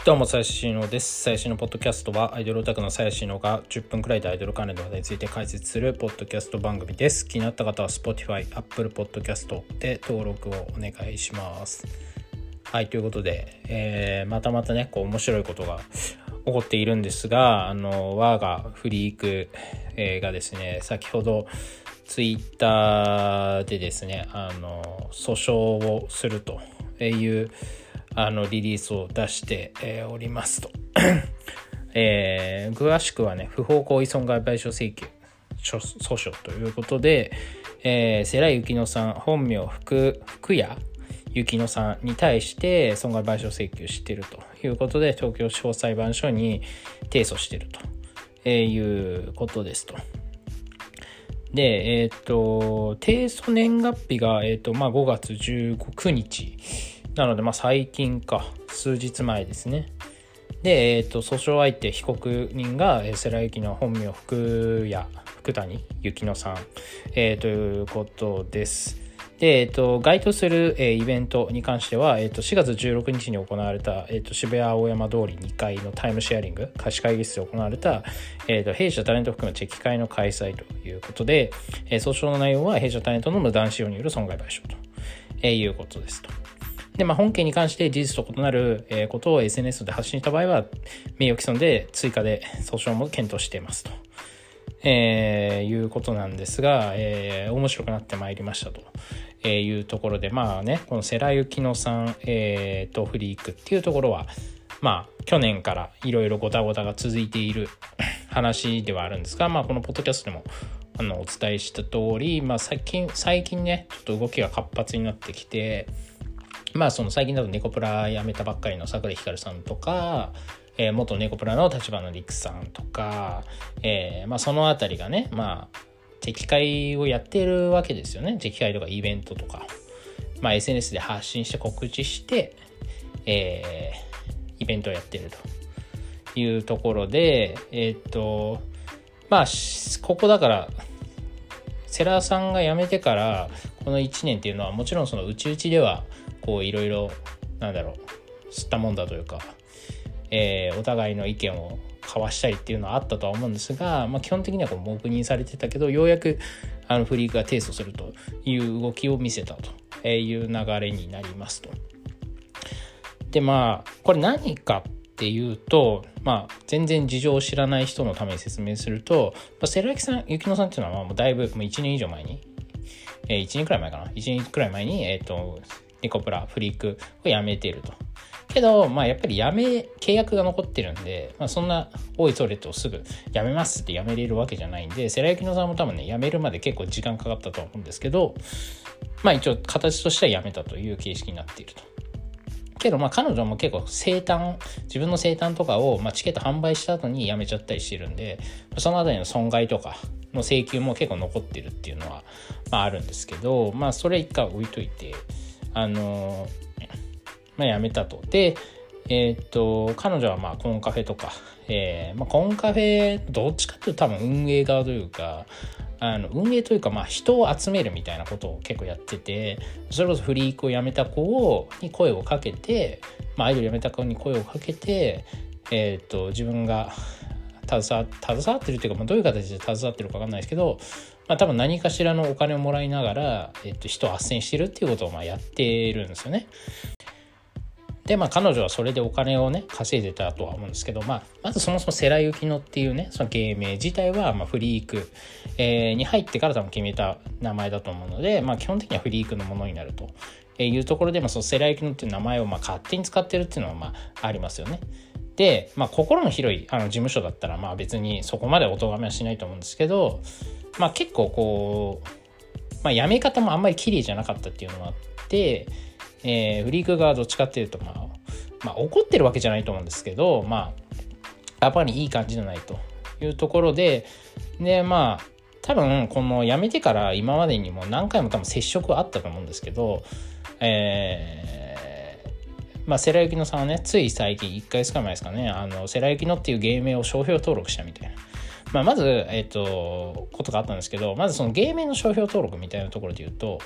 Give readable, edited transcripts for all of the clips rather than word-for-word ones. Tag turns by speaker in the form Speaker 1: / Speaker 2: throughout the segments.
Speaker 1: どうも、最新のです。最新のポッドキャストはアイドルオタクの最新のが10分くらいでアイドル関連の話題について解説するポッドキャスト番組です。気になった方は Spotify、Apple Podcast で登録をお願いします。はい、ということで、またね、面白いことが起こっているんですが、我がフリーク、がですね、先ほどツイッターでですね、訴訟をするというリリースを出して、おりますと、詳しくはね、不法行為損害賠償請求訴訟ということで、世良幸乃さん本名福谷幸乃さんに対して損害賠償請求しているということで、東京地方裁判所に提訴しているということですと。で、提訴年月日が、5月19日なので、最近か、数日前ですね。で、訴訟相手被告人が世良幸乃本名福谷幸乃さん、ということです。で、該当する、イベントに関しては、4月16日に行われた、渋谷青山通り2階のタイムシェアリング貸し会議室で行われた、弊社タレント含むチェキ会の開催ということで、訴訟の内容は弊社タレントの無断使用による損害賠償と、いうことですと。で、本件に関して事実と異なることを SNS で発信した場合は名誉毀損で追加で訴訟も検討していますと、いうことなんですが、面白くなってまいりましたというところで、この世良幸乃さん、とフリークっていうところは去年からいろいろごたごたが続いている話ではあるんですが、このポッドキャストでもお伝えした通り、最近ねちょっと動きが活発になってきて、その最近だとネコプラ辞めたばっかりの桜井光さんとか、元ネコプラの立花陸さんとか、そのあたりがね、チェキ会をやっているわけですよね。チェキ会とかイベントとか、SNS で発信して告知して、イベントをやっているというところで、ここだから世良さんが辞めてからこの1年っていうのはもちろんその内々ではいろいろ吸ったもんだというか、お互いの意見を交わしたりっていうのはあったとは思うんですが、基本的には黙認されてたけど、ようやくフリークが提訴するという動きを見せたという流れになりますと。でこれ何かっていうと、全然事情を知らない人のために説明すると、世良幸乃さんっていうのはもうだいぶ1年以上前に、1年くらい前かな、1年くらい前にネコプラフリークを辞めていると。けどやっぱり契約が残ってるんで、そんなおいそれとすぐ辞めますって辞めれるわけじゃないんで、世良幸乃さんも多分ね辞めるまで結構時間かかったと思うんですけど、一応形としては辞めたという形式になっていると。けど彼女も結構自分の生誕とかをチケット販売した後に辞めちゃったりしてるんで、そのあたりの損害とかの請求も結構残ってるっていうのはあるんですけど、それ一回置いといて辞めたと。で、彼女はコンカフェとか、コンカフェどっちかっていうと多分運営側というか、運営というか人を集めるみたいなことを結構やってて、それこそフリークを辞めた子に声をかけて、アイドル辞めた子に声をかけて、自分が携わってるっていうか、どういう形で携わってるか分かんないですけど、多分何かしらのお金をもらいながら、人を斡旋してるっていうことをやってるんですよね。で彼女はそれでお金をね稼いでたとは思うんですけど、まずそもそも世良幸乃っていうねその芸名自体はフリーク、に入ってから多分決めた名前だと思うので、基本的にはフリークのものになるというところでも、その世良幸乃っていう名前を勝手に使ってるっていうのはありますよね。で、心の広い事務所だったら別にそこまでお咎めはしないと思うんですけど、結構辞め方もあんまり綺麗じゃなかったっていうのもあって、フリーク側はどっちかっていうと怒ってるわけじゃないと思うんですけど、やっぱりいい感じじゃないというところで、多分この辞めてから今までにも何回も多分接触はあったと思うんですけど、世良幸乃さんはねつい最近1ヶ月くらい前ですかね、世良幸乃っていう芸名を商標登録したみたいな、まずことがあったんですけど、まずその芸名の商標登録みたいなところで言うと、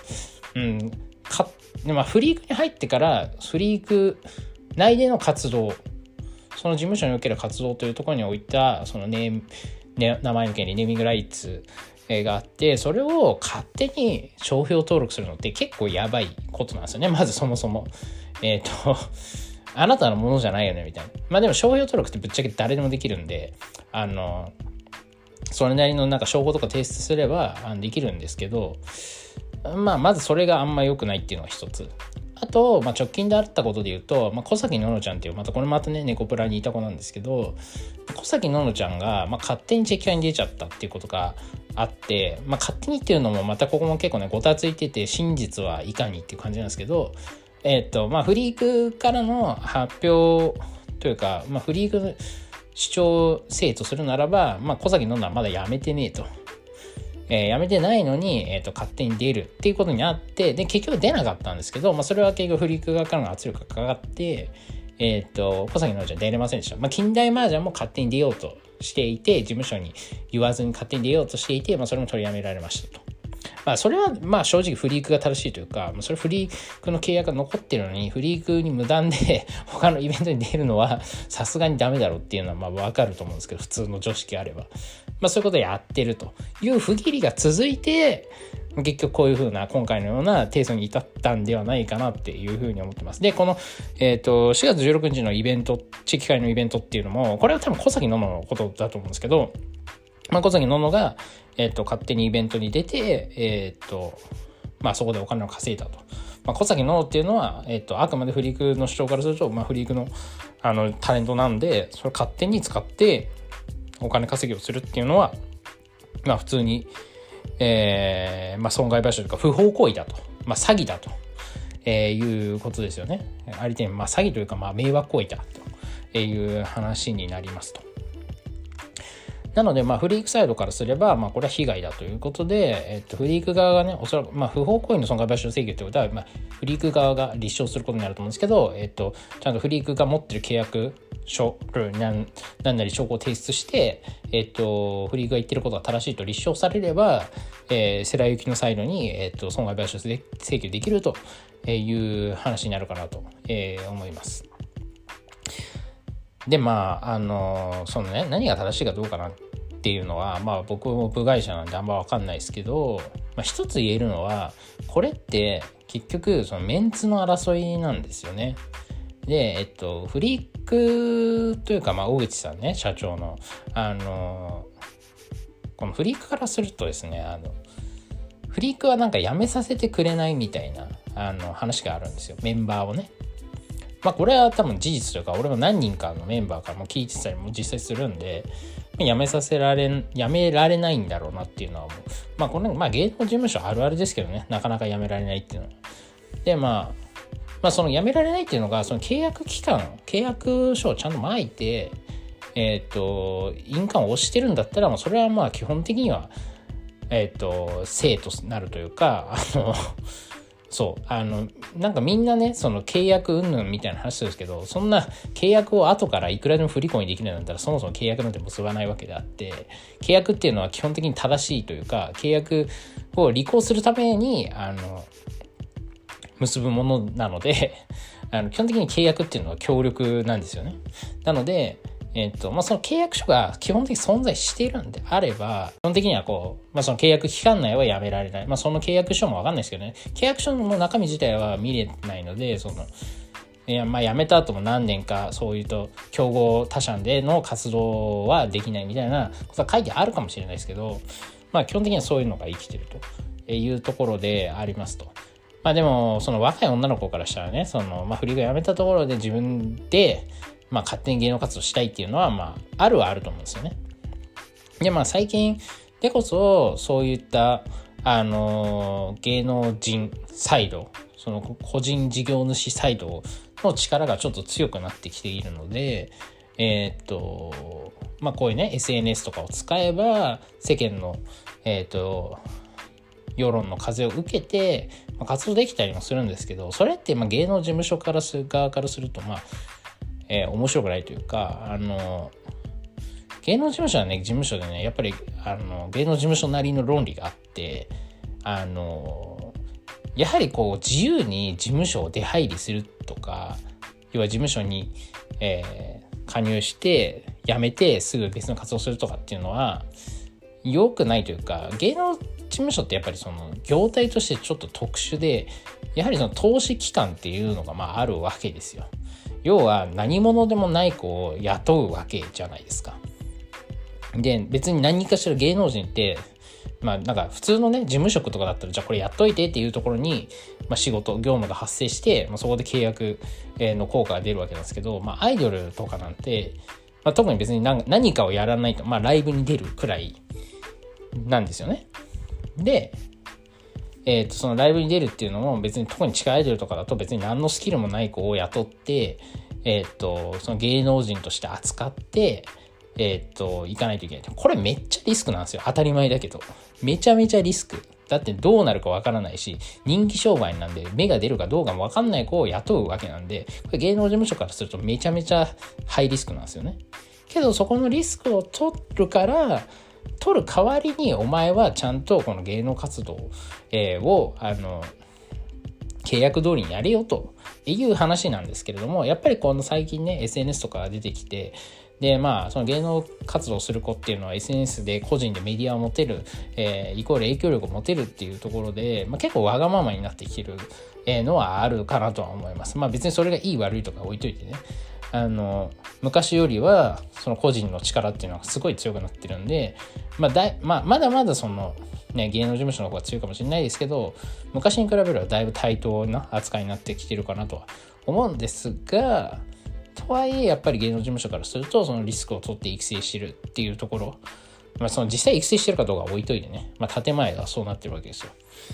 Speaker 1: フリークに入ってからフリーク内での活動その事務所における活動というところにおいたその名前の権利、ネーミングライツがあって、それを勝手に商標登録するのって結構やばいことなんですよね。まずそもそもあなたのものじゃないよねみたいな。まあでも商標登録ってぶっちゃけ誰でもできるんで、それなりのなんか証拠とか提出すればできるんですけど、まずそれがあんま良くないっていうのが一つ。あと、直近であったことで言うと、小崎ののちゃんっていう、これまたね、猫プラにいた子なんですけど、小崎ののちゃんが、勝手にチェキ会に出ちゃったっていうことがあって、勝手にっていうのもまたここも結構ね、ごたついてて、真実はいかにっていう感じなんですけど、フリークからの発表というか、フリーク主張性とするならば、小崎ののはまだやめてねえと。やめてないのに、勝手に出るっていうことになって、で結局出なかったんですけど、それは結局フリーク側からの圧力がかかって、小崎ののちゃん出れませんでした。近代麻雀も勝手に出ようとしていて、事務所に言わずに勝手に出ようとしていて、それも取りやめられましたと。それは正直フリークが正しいというか、それフリークの契約が残ってるのにフリークに無断で他のイベントに出るのはさすがにダメだろうっていうのは分かると思うんですけど、普通の常識あれば、そういうことをやってるという不義理が続いて、結局こういう風な今回のような提訴に至ったんではないかなっていうふうに思ってます。でこの、4月16日のイベント、地域会のイベントっていうのも、これは多分小崎のののことだと思うんですけど、小崎ののが勝手にイベントに出て、そこでお金を稼いだと。小崎のっていうのは、あくまでフリークの主張からすると、フリークの、タレントなんで、それを勝手に使ってお金稼ぎをするっていうのは、普通に、損害賠償というか不法行為だと、詐欺だと、いうことですよね。ありていに、詐欺というか、迷惑行為だという話になりますと。なので、フリークサイドからすれば、これは被害だということで、フリーク側がね、おそらく、不法行為の損害賠償請求ということは、フリーク側が立証することになると思うんですけど、ちゃんとフリークが持ってる契約書、なんなり証拠を提出して、フリークが言ってることが正しいと立証されれば、世良幸のサイドに、損害賠償請求できるという話になるかなと、思います。でそのね、何が正しいかどうかなっていうのは、僕も部外者なんであんま分かんないですけど、一つ言えるのは、これって結局そのメンツの争いなんですよね。でフリークというか、大口さんね、社長のこのフリークからするとですね、フリークはなんか辞めさせてくれないみたいな話があるんですよ、メンバーをね。これは多分事実というか、俺も何人かのメンバーからも聞いてたりも実際するんで、やめられないんだろうなっていうのは思う。これ芸能事務所あるあるですけどね、なかなかやめられないっていうのは。でそのやめられないっていうのが、その契約書をちゃんと巻いて、印鑑を押してるんだったら、それは基本的には正となるというか、なんかみんなね、その契約云々みたいな話するんですけど、そんな契約を後からいくらでも振り込みできるんだったら、そもそも契約なんて結ばないわけであって、契約っていうのは基本的に正しいというか、契約を履行するために結ぶものなので、基本的に契約っていうのは協力なんですよね。なのでその契約書が基本的に存在しているんであれば、基本的にはその契約期間内はやめられない。その契約書もわかんないですけどね、契約書の中身自体は見れないので、辞めた後も何年かそういうと競合他社での活動はできないみたいなことは書いてあるかもしれないですけど、基本的にはそういうのが生きてるというところでありますと。でもその若い女の子からしたらね、フリーが辞めたところで自分で勝手に芸能活動したいっていうのはあるはあると思うんですよね。で最近でこそそういった芸能人サイド、その個人事業主サイドの力がちょっと強くなってきているので、こういうね SNS とかを使えば世間の世論の風を受けて活動できたりもするんですけど、それって芸能事務所側からすると面白くないというか、芸能事務所はね、事務所でね、やっぱり芸能事務所なりの論理があって、やはり自由に事務所を出入りするとか、要は事務所に、 加入して辞めてすぐ別の活動するとかっていうのは良くないというか、芸能事務所ってやっぱりその業態としてちょっと特殊で、やはりその投資期間っていうのがあるわけですよ。要は何者でもない子を雇うわけじゃないですか。で別に何かしら芸能人ってなんか普通のね事務職とかだったらじゃあこれやっといてっていうところに、仕事業務が発生して、そこで契約の効果が出るわけなんですけど、アイドルとかなんて、特に別に何かをやらないと、ライブに出るくらいなんですよね。で、そのライブに出るっていうのも別に特に地下アイドルとかだと別に何のスキルもない子を雇って、その芸能人として扱って行かないといけない。これめっちゃリスクなんですよ。当たり前だけどめちゃめちゃリスクだって、どうなるかわからないし人気商売なんで芽が出るかどうかもわかんない子を雇うわけなんで、これ芸能事務所からするとめちゃめちゃハイリスクなんですよね。けどそこのリスクを取る代わりにお前はちゃんとこの芸能活動を契約通りにやれよという話なんですけれども、やっぱりこの最近ね SNS とかが出てきて、でその芸能活動をする子っていうのは SNS で個人でメディアを持てる、イコール影響力を持てるっていうところで、結構わがままになってきてるのはあるかなとは思います。別にそれがいい悪いとか置いといてね、昔よりはその個人の力っていうのはすごい強くなってるんで、まだまだそのね芸能事務所の方が強いかもしれないですけど、昔に比べればだいぶ対等な扱いになってきてるかなとは思うんですが、とはいえやっぱり芸能事務所からするとそのリスクを取って育成してるっていうところ、その実際育成してるかどうかは置いといてね、建前がそうなってるわけですよ。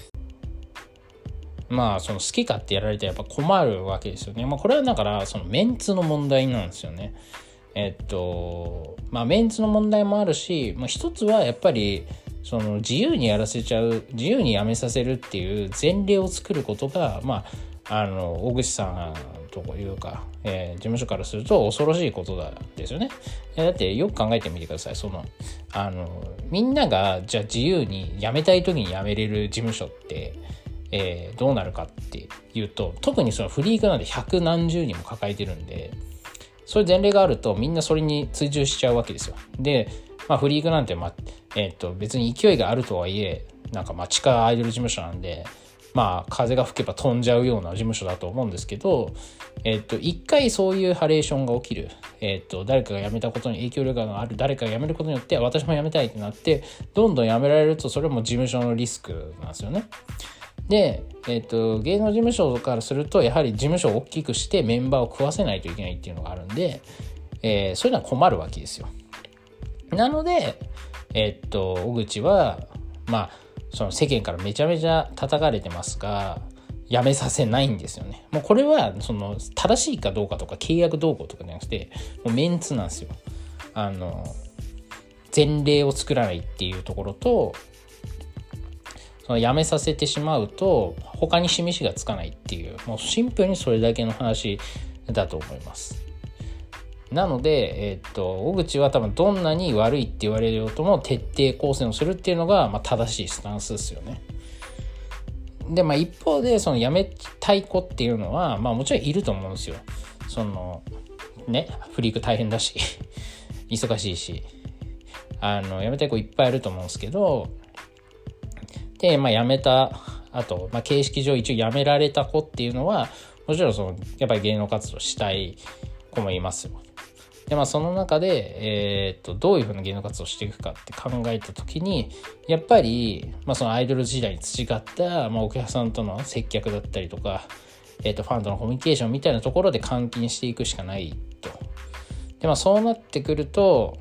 Speaker 1: その好き勝手やられてやっぱ困るわけですよね。これはだからそのメンツの問題なんですよね。メンツの問題もあるし、一つはやっぱりその自由にやらせちゃう、自由にやめさせるっていう前例を作ることが大口さんというか、事務所からすると恐ろしいことなんですよね。だってよく考えてみてください。みんながじゃあ自由に辞めたい時に辞めれる事務所って、どうなるかっていうと、特にそのフリークなんで百何十人も抱えてるんで、そういう前例があるとみんなそれに追従しちゃうわけですよ。で、フリークなんて、別に勢いがあるとはいえ地下アイドル事務所なんで、風が吹けば飛んじゃうような事務所だと思うんですけど、一回そういうハレーションが起きる、誰かが辞めたことに影響力がある誰かが辞めることによって私も辞めたいってなってどんどん辞められると、それも事務所のリスクなんですよね。で、芸能事務所からするとやはり事務所を大きくしてメンバーを食わせないといけないっていうのがあるんで、そういうのは困るわけですよ。なので、小口はその世間からめちゃめちゃ叩かれてますが辞めさせないんですよね。もうこれはその正しいかどうかとか契約どうこうとかじゃなくて、もうメンツなんですよ。前例を作らないっていうところと、その辞めさせてしまうと他に示しがつかないっていう、もうシンプルにそれだけの話だと思います。なので、小口は多分どんなに悪いって言われるようとも徹底抗戦をするっていうのが、正しいスタンスですよね。で、一方でその辞めたい子っていうのは、もちろんいると思うんですよ。そのね、フリーク大変だし忙しいし、辞めたい子いっぱいいると思うんですけど、で、辞めた後、形式上一応辞められた子っていうのはもちろんやっぱり芸能活動したい子もいますよ。でその中で、どういうふうな芸能活動をしていくかって考えた時に、やっぱり、そのアイドル時代に培った、お客さんとの接客だったりとか、ファンとのコミュニケーションみたいなところで換金していくしかないと。でそうなってくると、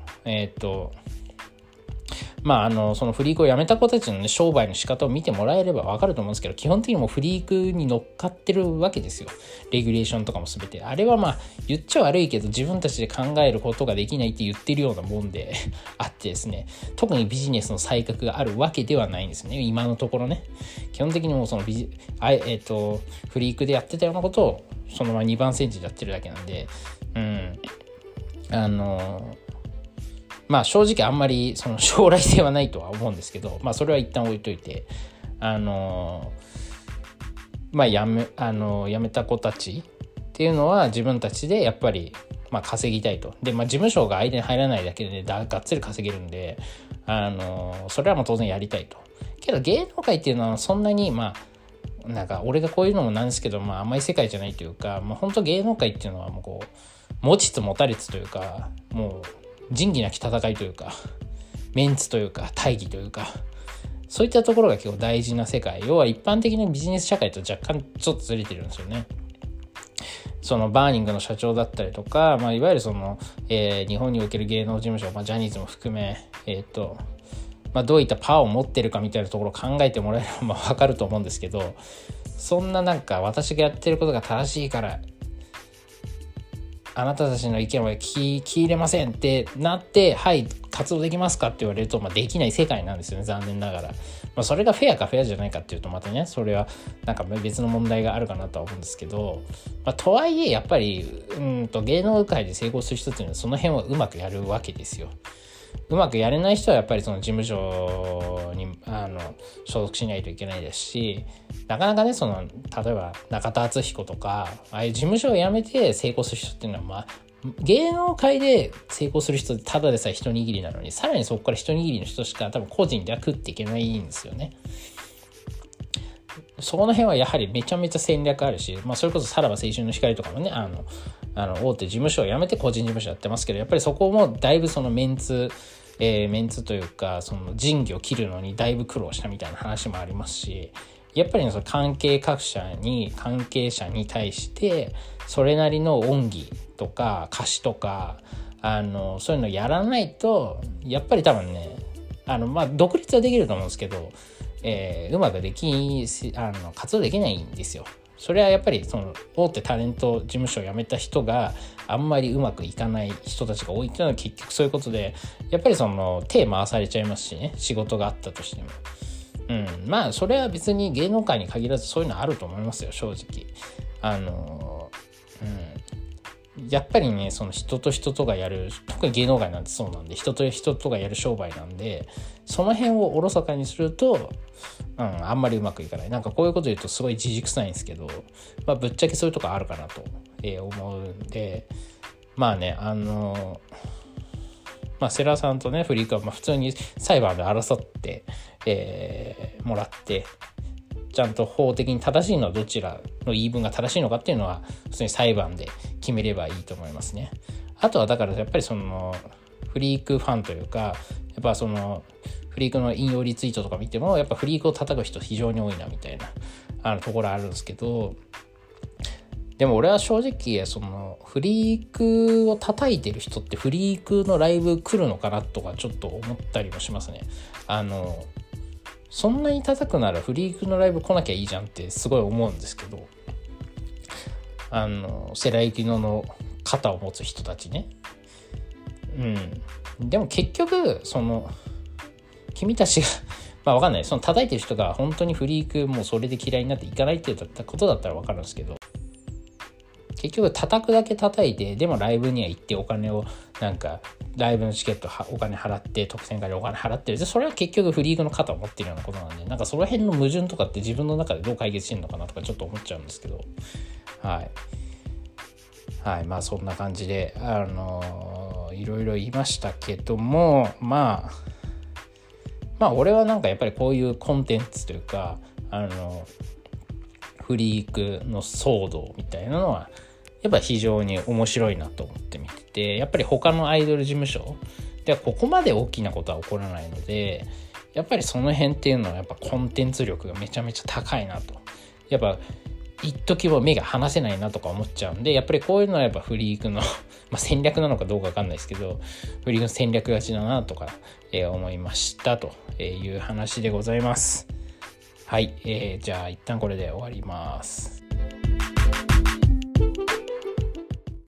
Speaker 1: そのフリークを辞めた子たちのね商売の仕方を見てもらえれば分かると思うんですけど、基本的にもうフリークに乗っかってるわけですよ。レギュレーションとかも全てあれは言っちゃ悪いけど自分たちで考えることができないって言ってるようなもんであってですね、特にビジネスの才覚があるわけではないんですね、今のところね。基本的にもうそのフリークでやってたようなことをその2番センチでやってるだけなんで、正直あんまりその将来性はないとは思うんですけど、それは一旦置いといて、辞めた子たちっていうのは自分たちでやっぱり、 稼ぎたいと。で、事務所が間に入らないだけで、がっつり稼げるんで、それはもう当然やりたいと。けど芸能界っていうのはそんなになんか俺がこういうのもなんですけど、甘い世界じゃないというか、本当芸能界っていうのはもうこう持ちつ持たれつというか、もう仁義なき戦いというか、メンツというか大義というか、そういったところが結構大事な世界。要は一般的なビジネス社会と若干ちょっとずれてるんですよね。そのバーニングの社長だったりとか、いわゆるその、日本における芸能事務所、ジャニーズも含め、どういったパワーを持ってるかみたいなところを考えてもらえれば分かると思うんですけど、そんななんか私がやってることが正しいからあなたたちの意見は聞き入れませんってなって、はい活動できますかって言われると、できない世界なんですよね、残念ながら。それがフェアかフェアじゃないかっていうとまたね、それはなんか別の問題があるかなとは思うんですけど、とはいえやっぱり芸能界で成功する人っていうのはその辺はうまくやるわけですよ。うまくやれない人はやっぱりその事務所に所属しないといけないですし、なかなかね、その例えば中田敦彦とかああいう事務所を辞めて成功する人っていうのは芸能界で成功する人ってただでさえ一握りなのに、さらにそこから一握りの人しか多分個人では食っていけないんですよね。そこの辺はやはりめちゃめちゃ戦略あるし、それこそさらば青春の光とかもね、大手事務所を辞めて個人事務所やってますけど、やっぱりそこもだいぶそのメンツというか、その仁義を切るのにだいぶ苦労したみたいな話もありますし、やっぱりその関係者に対してそれなりの恩義とか貸しとかそういうのやらないと、やっぱり多分ね独立はできると思うんですけど、うまく活動できないんですよ。それはやっぱりその大手タレント事務所を辞めた人があんまりうまくいかない人たちが多いっていうのは結局そういうことで、やっぱりその手回されちゃいますしね、仕事があったとしても。それは別に芸能界に限らずそういうのあると思いますよ、正直。やっぱりね、その人と人とがやる、特に芸能界なんてそうなんで、人と人とがやる商売なんで、その辺をおろそかにすると、あんまりうまくいかない。なんかこういうこと言うとすごい自臭いんですけど、ぶっちゃけそういうとこあるかなと思うんで、世良さんとねフリークは普通に裁判で争って、もらって、ちゃんと法的に正しいのはどちらの言い分が正しいのかっていうのは普通に裁判で決めればいいと思いますね。あとはだからやっぱりそのフリークファンというか、やっぱそのフリークの引用リツイートとか見てもやっぱフリークを叩く人非常に多いなみたいなところあるんですけど、でも俺は正直そのフリークを叩いてる人ってフリークのライブ来るのかなとかちょっと思ったりもしますね。そんなに叩くならフリークのライブ来なきゃいいじゃんってすごい思うんですけど、世良幸乃の肩を持つ人たちね。でも結局その君たちがわかんない、その叩いてる人が本当にフリークもうそれで嫌いになっていかないって言ったことだったらわかるんですけど、結局叩くだけ叩いて、でもライブには行ってお金をなんかライブのチケットお金払って特典会でお金払ってる、それは結局フリークの肩を持ってるようなことなんで、なんかその辺の矛盾とかって自分の中でどう解決してるのかなとかちょっと思っちゃうんですけど、そんな感じでいろいろ言いましたけども、俺はなんかやっぱりこういうコンテンツというかフリークの騒動みたいなのはやっぱ非常に面白いなと思って見てて、やっぱり他のアイドル事務所ではここまで大きなことは起こらないので、やっぱりその辺っていうのはやっぱコンテンツ力がめちゃめちゃ高いなと、やっぱ一時も目が離せないなとか思っちゃうんで、やっぱりこういうのはやっぱフリークの戦略なのかどうか分かんないですけど、フリークの戦略勝ちだなとか、思いましたという話でございます。はい、じゃあ一旦これで終わります。